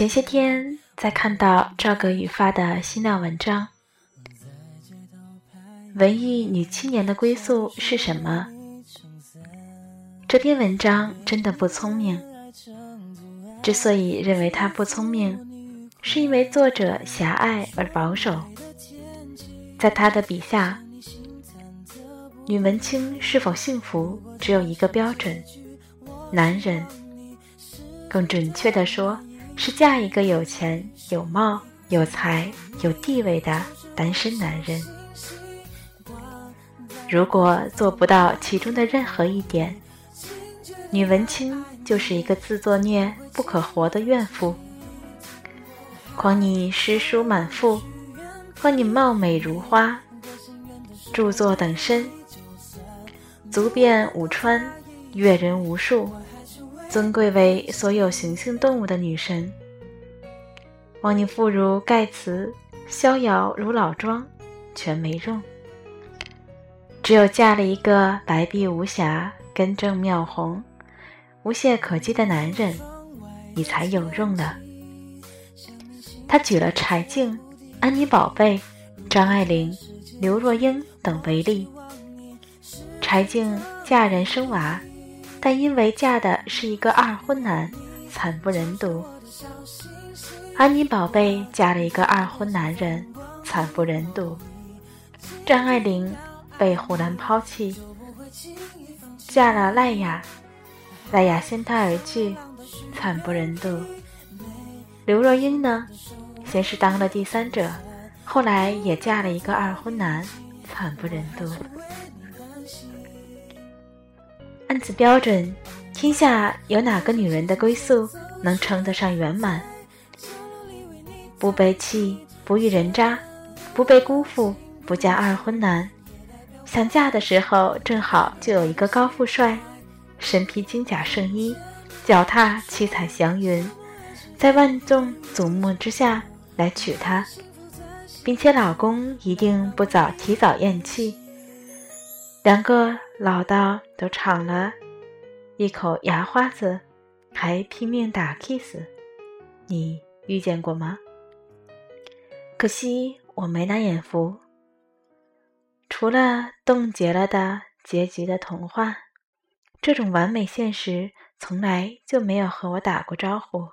前些天在看到赵格宇发的新料文章，文艺女青年的归宿是什么？这篇文章真的不聪明。之所以认为它不聪明，是因为作者狭隘而保守。在他的笔下，女文青是否幸福只有一个标准：男人。更准确地说，是嫁一个有钱、有貌、有才、有地位的单身男人。如果做不到其中的任何一点，女文青就是一个自作孽不可活的怨妇。况你诗书满腹，况你貌美如花，著作等身，足遍五川，阅人无数，尊贵为所有雄性动物的女神。望你妇如盖茨，逍遥如老庄，全没用。只有嫁了一个白璧无瑕、根正妙红、无懈可击的男人，你才有用了。他举了柴静、安妮宝贝、张爱玲、刘若英等为例。柴静嫁人生娃，但因为嫁的是一个二婚男，惨不忍睹。安妮宝贝嫁了一个二婚男人，惨不忍睹。张爱玲被胡兰抛弃，嫁了赖雅，赖雅先他而去，惨不忍睹。刘若英呢，先是当了第三者，后来也嫁了一个二婚男，惨不忍睹。按此标准，天下有哪个女人的归宿能称得上圆满？不被弃，不遇人渣，不被辜负，不嫁二婚男，想嫁的时候正好就有一个高富帅，身披金甲圣衣，脚踏七彩祥云，在万众瞩目之下来娶她，并且老公一定不提早咽气。两个老道都尝了一口牙花子，还拼命打 kiss， 你遇见过吗？可惜我没那眼福，除了冻结了的结局的童话，这种完美现实从来就没有和我打过招呼。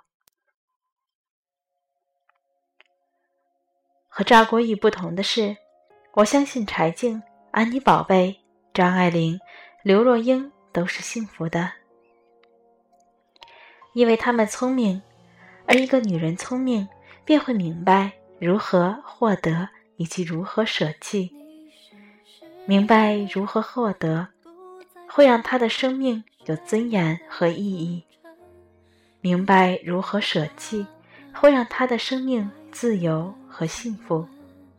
和赵国宇不同的是，我相信柴静、安妮宝贝、张爱玲、刘若英都是幸福的，因为她们聪明，而一个女人聪明便会明白如何获得以及如何舍弃。明白如何获得，会让她的生命有尊严和意义；明白如何舍弃，会让她的生命自由和幸福。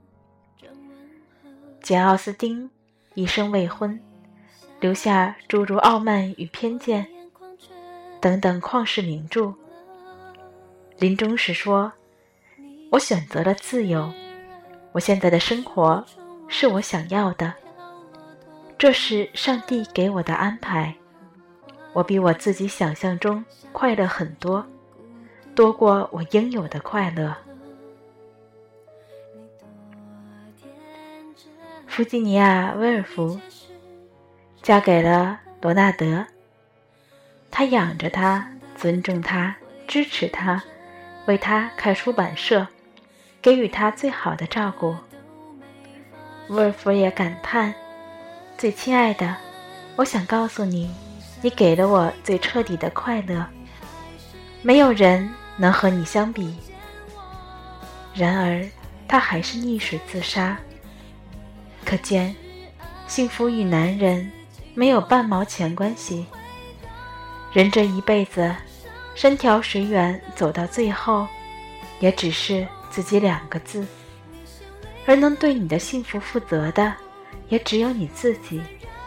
简·奥斯汀一生未婚，留下诸如《傲慢与偏见》等等旷世名著。临终时说，我选择了自由，我现在的生活是我想要的，这是上帝给我的安排，我比我自己想象中快乐很多，多过我应有的快乐。弗吉尼亚·威尔福嫁给了罗纳德，他养着他，尊重他，支持他，为他开出版社，给予他最好的照顾。威尔福也感叹，最亲爱的，我想告诉你，你给了我最彻底的快乐，没有人能和你相比。然而他还是溺水自杀。可见幸福与男人没有半毛钱关系。人这一辈子山条水远走到最后，也只是自己2个字，而能对你的幸福负责的也只有你自己。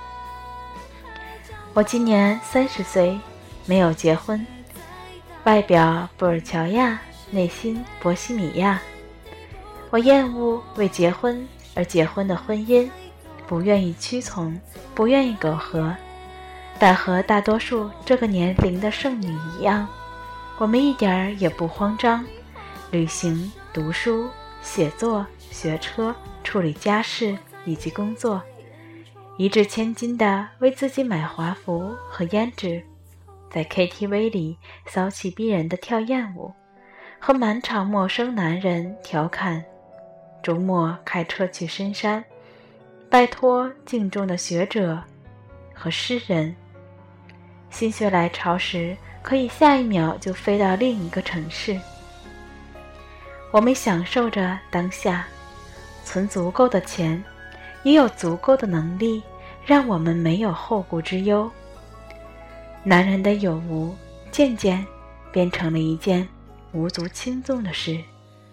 我今年30岁，没有结婚，外表布尔乔亚，内心波西米亚。我厌恶为结婚而结婚的婚姻，不愿意屈从，不愿意苟合，但和大多数这个年龄的剩女一样， 我们一点儿也不慌张，旅行、读书、写作、学车、处理家事以及工作，一掷千金地为自己买华服和胭脂，在 KTV 里骚气逼人的跳艳舞，和满场陌生男人调侃，周末开车去深山，拜托敬重的学者和诗人，心血来潮时可以下一秒就飞到另一个城市。我们享受着当下，存足够的钱，也有足够的能力，让我们没有后顾之忧。男人的有无渐渐变成了一件无足轻重的事。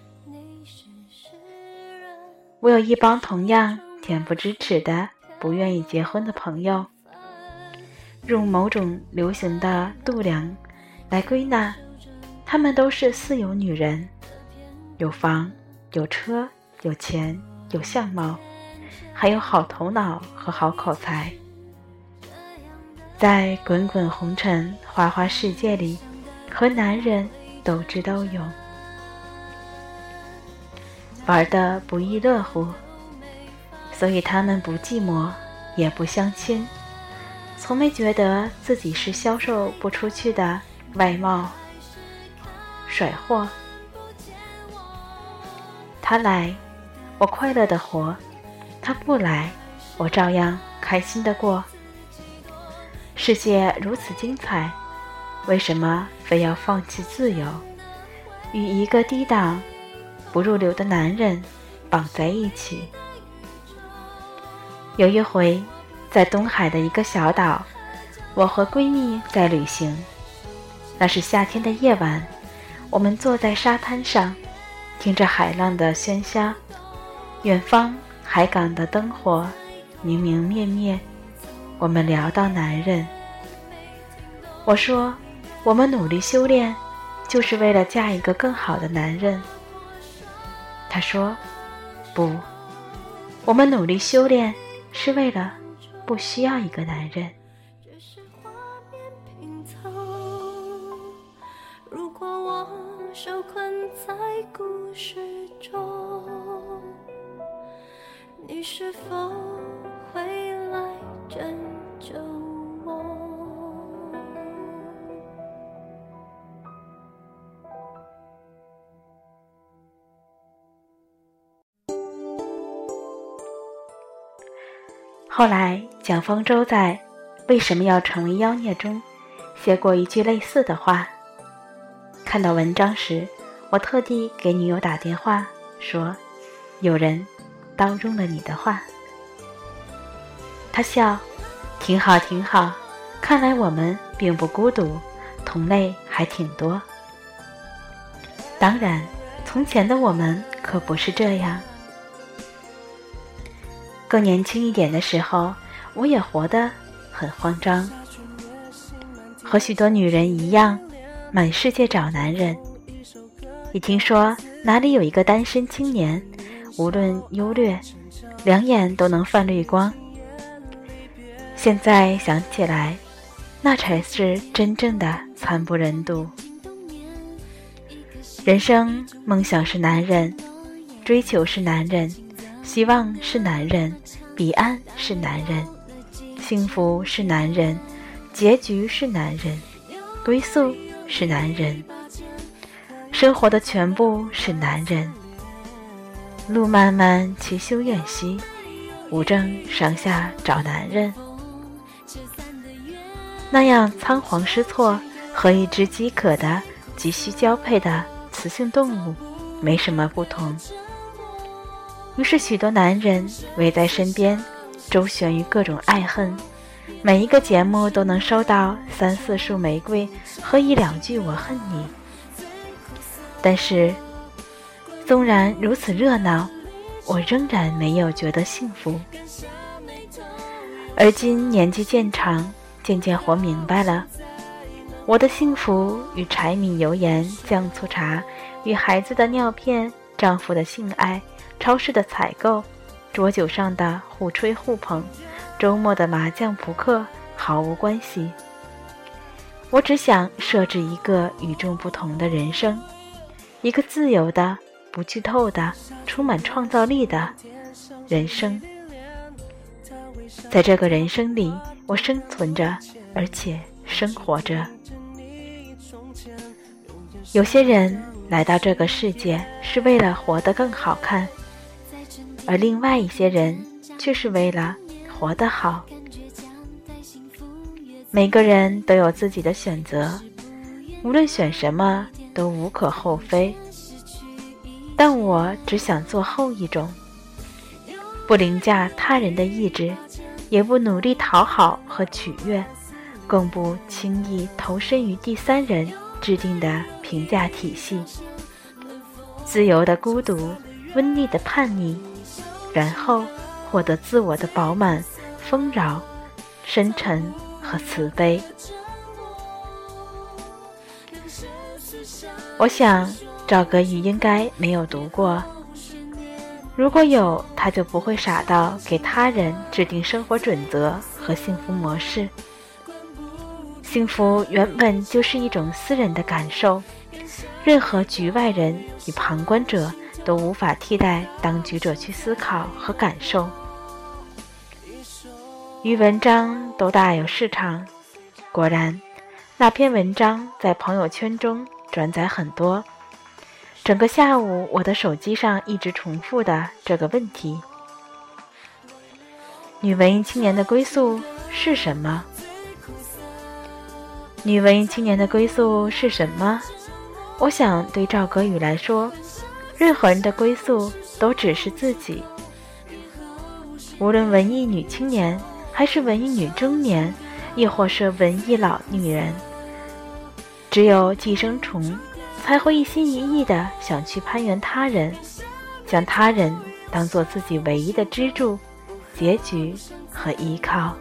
我有一帮同样恬不知耻的不愿意结婚的朋友，用某种流行的度量来归纳，他们都是自由女人，有房有车有钱有相貌，还有好头脑和好口才。在滚滚红尘花花世界里，和男人斗智斗勇，玩得不亦乐乎，所以他们不寂寞也不相亲，从没觉得自己是销售不出去的外贸甩货。他来，我快乐的活；他不来，我照样开心的过。世界如此精彩，为什么非要放弃自由，与一个低档不入流的男人绑在一起？有一回，在东海的一个小岛，我和闺蜜在旅行。那是夏天的夜晚，我们坐在沙滩上，听着海浪的喧嚣，远方海港的灯火明明灭灭。我们聊到男人，我说我们努力修炼，就是为了嫁一个更好的男人。他说不，我们努力修炼是为了不需要一个男人。 如果我受困在故事中，你是否会来拯救我？ 后来蒋方舟在《为什么要成为妖孽》中写过一句类似的话。看到文章时，我特地给女友打电话说，有人盗用了你的话。她笑，挺好挺好，看来我们并不孤独，同类还挺多。当然，从前的我们可不是这样。更年轻一点的时候，我也活得很慌张，和许多女人一样，满世界找男人。一听说哪里有一个单身青年，无论优劣，两眼都能泛绿光。现在想起来，那才是真正的惨不忍睹。人生梦想是男人，追求是男人，希望是男人，彼岸是男人，幸福是男人，结局是男人，归宿是男人，生活的全部是男人。路漫漫其修远兮，无正上下找男人。那样仓皇失措和一只饥渴的急需交配的雌性动物没什么不同。于是许多男人围在身边，周旋于各种爱恨，每一个节目都能收到3、4束玫瑰和1、2句我恨你。但是纵然如此热闹，我仍然没有觉得幸福。而今年纪渐长，渐渐活明白了，我的幸福与柴米油盐酱醋茶，与孩子的尿片，丈夫的性爱，超市的采购，桌酒上的互吹互捧，周末的麻将扑克毫无关系。 我只想设置一个与众不同的人生，一个自由的、不剧透的、充满创造力的人生。在这个人生里，我生存着，而且生活着。有些人来到这个世界是为了活得更好看，而另外一些人却是为了活得好。每个人都有自己的选择，无论选什么都无可厚非。但我只想做后一种，不凌驾他人的意志，也不努力讨好和取悦，更不轻易投身于第三人制定的评价体系。自由的孤独，温腻的叛逆，然后获得自我的饱满、丰饶、深沉和慈悲。我想赵格宇应该没有读过，如果有，他就不会傻到给他人制定生活准则和幸福模式。幸福原本就是一种私人的感受，任何局外人与旁观者都无法替代当局者去思考和感受。与文章都大有市场，果然那篇文章在朋友圈中转载很多。整个下午我的手机上一直重复的这个问题：女文艺青年的归宿是什么？女文艺青年的归宿是什么？我想对赵格宇来说，任何人的归宿都只是自己。无论文艺女青年还是文艺女中年，亦或是文艺老女人，只有寄生虫才会一心一意地想去攀援他人，将他人当作自己唯一的支柱、结局和依靠。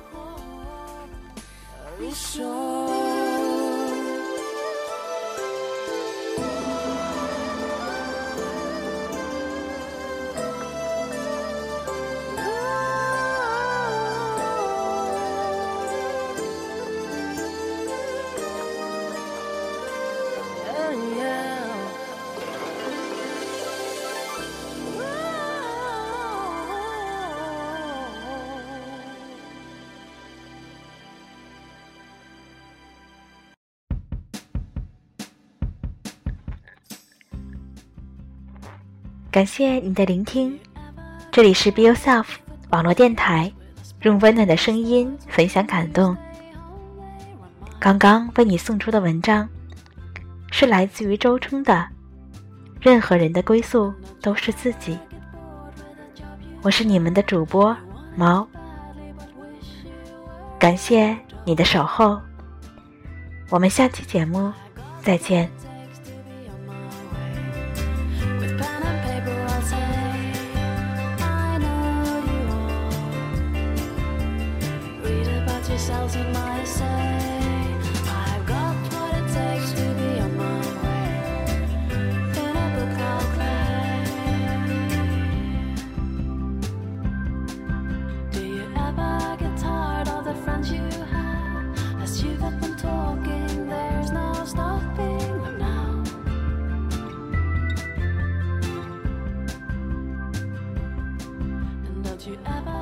感谢你的聆听，这里是 Be Yourself 网络电台，用温暖的声音分享感动。刚刚为你送出的文章是来自于周冲的任何人的归宿都是自己。我是你们的主播毛，感谢你的守候，我们下期节目再见。Yourselves in my say, I've got what it takes to be on my way in a book of clay. Do you ever get tired of the friends you have? As you got them talking, there's no stopping them now. And don't you ever